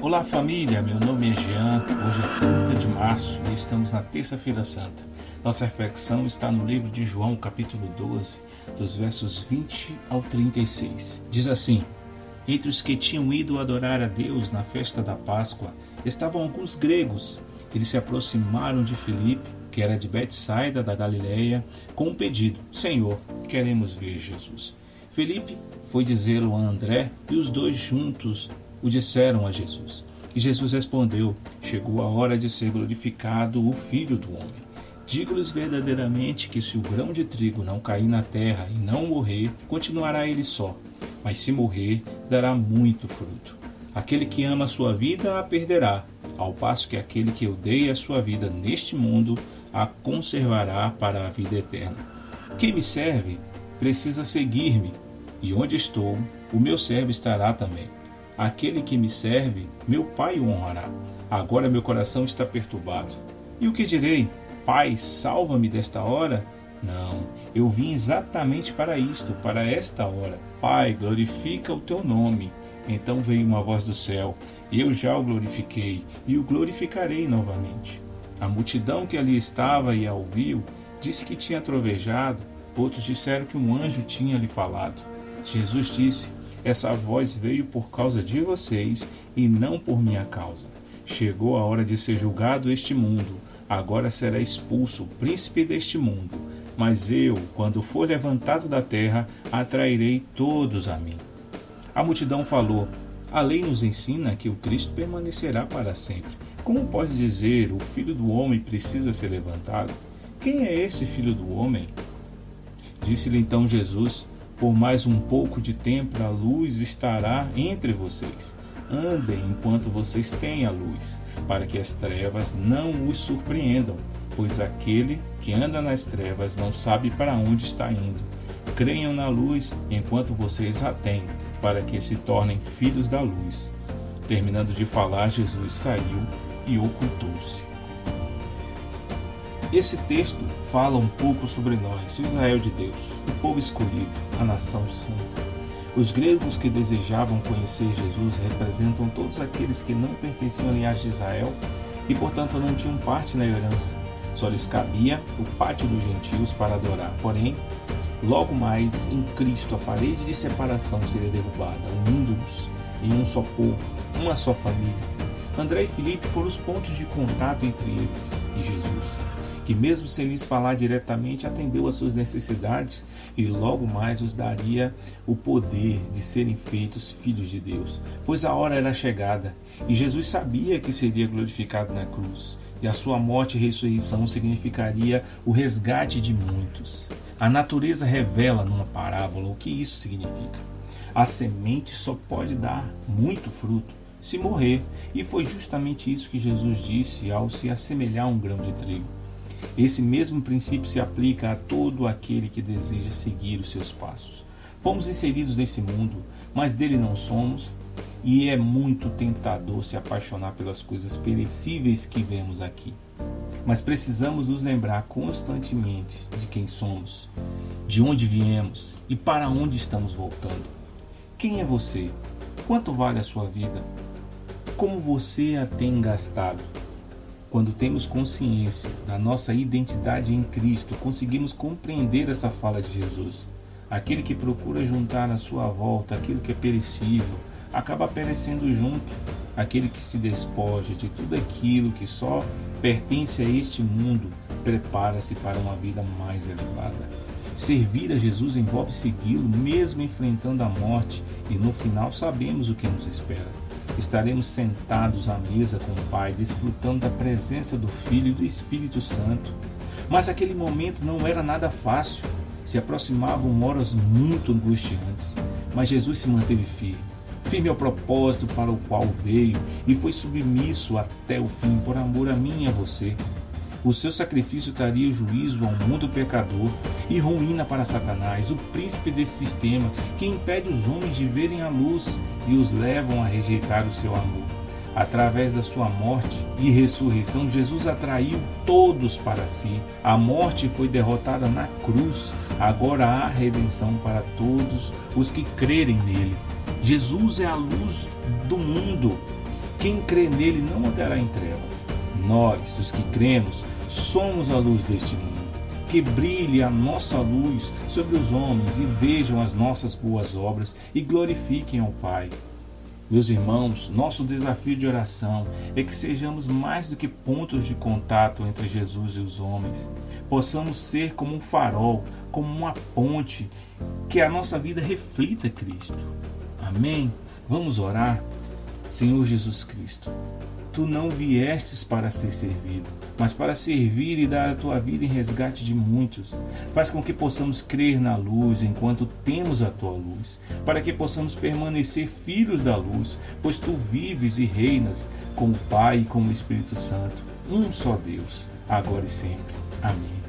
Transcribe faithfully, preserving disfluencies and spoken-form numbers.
Olá família, meu nome é Jean, hoje é trinta de março e estamos na terça-feira santa. Nossa reflexão está no livro de João, capítulo doze, dos versos vinte ao trinta e seis. Diz assim: Entre os que tinham ido adorar a Deus na festa da Páscoa, estavam alguns gregos. Eles se aproximaram de Filipe, que era de Betsaida da Galileia, com um pedido: Senhor, queremos ver Jesus. Filipe foi dizê-lo a André e os dois juntos o disseram a Jesus. E Jesus respondeu: Chegou a hora de ser glorificado o Filho do Homem. Digo-lhes verdadeiramente que se o grão de trigo não cair na terra e não morrer, continuará ele só, mas se morrer, dará muito fruto. Aquele que ama a sua vida a perderá, ao passo que aquele que odeia a sua vida neste mundo a conservará para a vida eterna. Quem me serve precisa seguir-me, e onde estou, o meu servo estará também. Aquele que me serve, meu Pai o honrará. Agora meu coração está perturbado. E o que direi? Pai, salva-me desta hora? Não, eu vim exatamente para isto, para esta hora. Pai, glorifica o teu nome. Então veio uma voz do céu: Eu já o glorifiquei, e o glorificarei novamente. A multidão que ali estava e a ouviu, disse que tinha trovejado. Outros disseram que um anjo tinha lhe falado. Jesus disse: Essa voz veio por causa de vocês e não por minha causa. Chegou a hora de ser julgado este mundo. Agora será expulso o príncipe deste mundo. Mas eu, quando for levantado da terra, atrairei todos a mim. A multidão falou: A lei nos ensina que o Cristo permanecerá para sempre. Como pode dizer, o Filho do Homem precisa ser levantado? Quem é esse Filho do Homem? Disse-lhe então Jesus: Por mais um pouco de tempo a luz estará entre vocês. Andem enquanto vocês têm a luz, para que as trevas não os surpreendam, pois aquele que anda nas trevas não sabe para onde está indo. Creiam na luz enquanto vocês a têm, para que se tornem filhos da luz. Terminando de falar, Jesus saiu e ocultou-se. Esse texto fala um pouco sobre nós, o Israel de Deus, o povo escolhido, a nação santa. Os gregos que desejavam conhecer Jesus representam todos aqueles que não pertenciam à linhagem de Israel e, portanto, não tinham parte na herança. Só lhes cabia o pátio dos gentios para adorar. Porém, logo mais em Cristo a parede de separação seria derrubada, unindo-os em um só povo, uma só família. André e Filipe foram os pontos de contato entre eles e Jesus, que mesmo sem lhes falar diretamente, atendeu às suas necessidades e logo mais os daria o poder de serem feitos filhos de Deus, pois a hora era chegada e Jesus sabia que seria glorificado na cruz, e a sua morte e ressurreição significaria o resgate de muitos. A natureza revela numa parábola o que isso significa. A semente só pode dar muito fruto se morrer, e foi justamente isso que Jesus disse ao se assemelhar a um grão de trigo. Esse mesmo princípio se aplica a todo aquele que deseja seguir os seus passos. Fomos inseridos nesse mundo, mas dele não somos, e é muito tentador se apaixonar pelas coisas perecíveis que vemos aqui. Mas precisamos nos lembrar constantemente de quem somos, de onde viemos e para onde estamos voltando. Quem é você? Quanto vale a sua vida? Como você a tem gastado? Quando temos consciência da nossa identidade em Cristo, conseguimos compreender essa fala de Jesus. Aquele que procura juntar à sua volta aquilo que é perecível, acaba perecendo junto. Aquele que se despoja de tudo aquilo que só pertence a este mundo, prepara-se para uma vida mais elevada. Servir a Jesus envolve segui-lo, mesmo enfrentando a morte, e no final sabemos o que nos espera. Estaremos sentados à mesa com o Pai, desfrutando da presença do Filho e do Espírito Santo. Mas aquele momento não era nada fácil. Se aproximavam horas muito angustiantes. Mas Jesus se manteve firme, firme ao propósito para o qual veio, e foi submisso até o fim por amor a mim e a você. O seu sacrifício traria juízo ao mundo pecador e ruína para Satanás, o príncipe desse sistema que impede os homens de verem a luz e os levam a rejeitar o seu amor. Através da sua morte e ressurreição, Jesus atraiu todos para si. A morte foi derrotada na cruz. Agora há redenção para todos os que crerem nele. Jesus é a luz do mundo. Quem crê nele não andará em trevas. Nós, os que cremos, somos a luz deste mundo. Que brilhe a nossa luz sobre os homens e vejam as nossas boas obras e glorifiquem ao Pai. Meus irmãos, nosso desafio de oração é que sejamos mais do que pontos de contato entre Jesus e os homens. Possamos ser como um farol, como uma ponte, que a nossa vida reflita Cristo. Amém? Vamos orar? Senhor Jesus Cristo, Tu não viestes para ser servido, mas para servir e dar a Tua vida em resgate de muitos. Faz com que possamos crer na luz enquanto temos a Tua luz, para que possamos permanecer filhos da luz, pois Tu vives e reinas com o Pai e com o Espírito Santo, um só Deus, agora e sempre. Amém.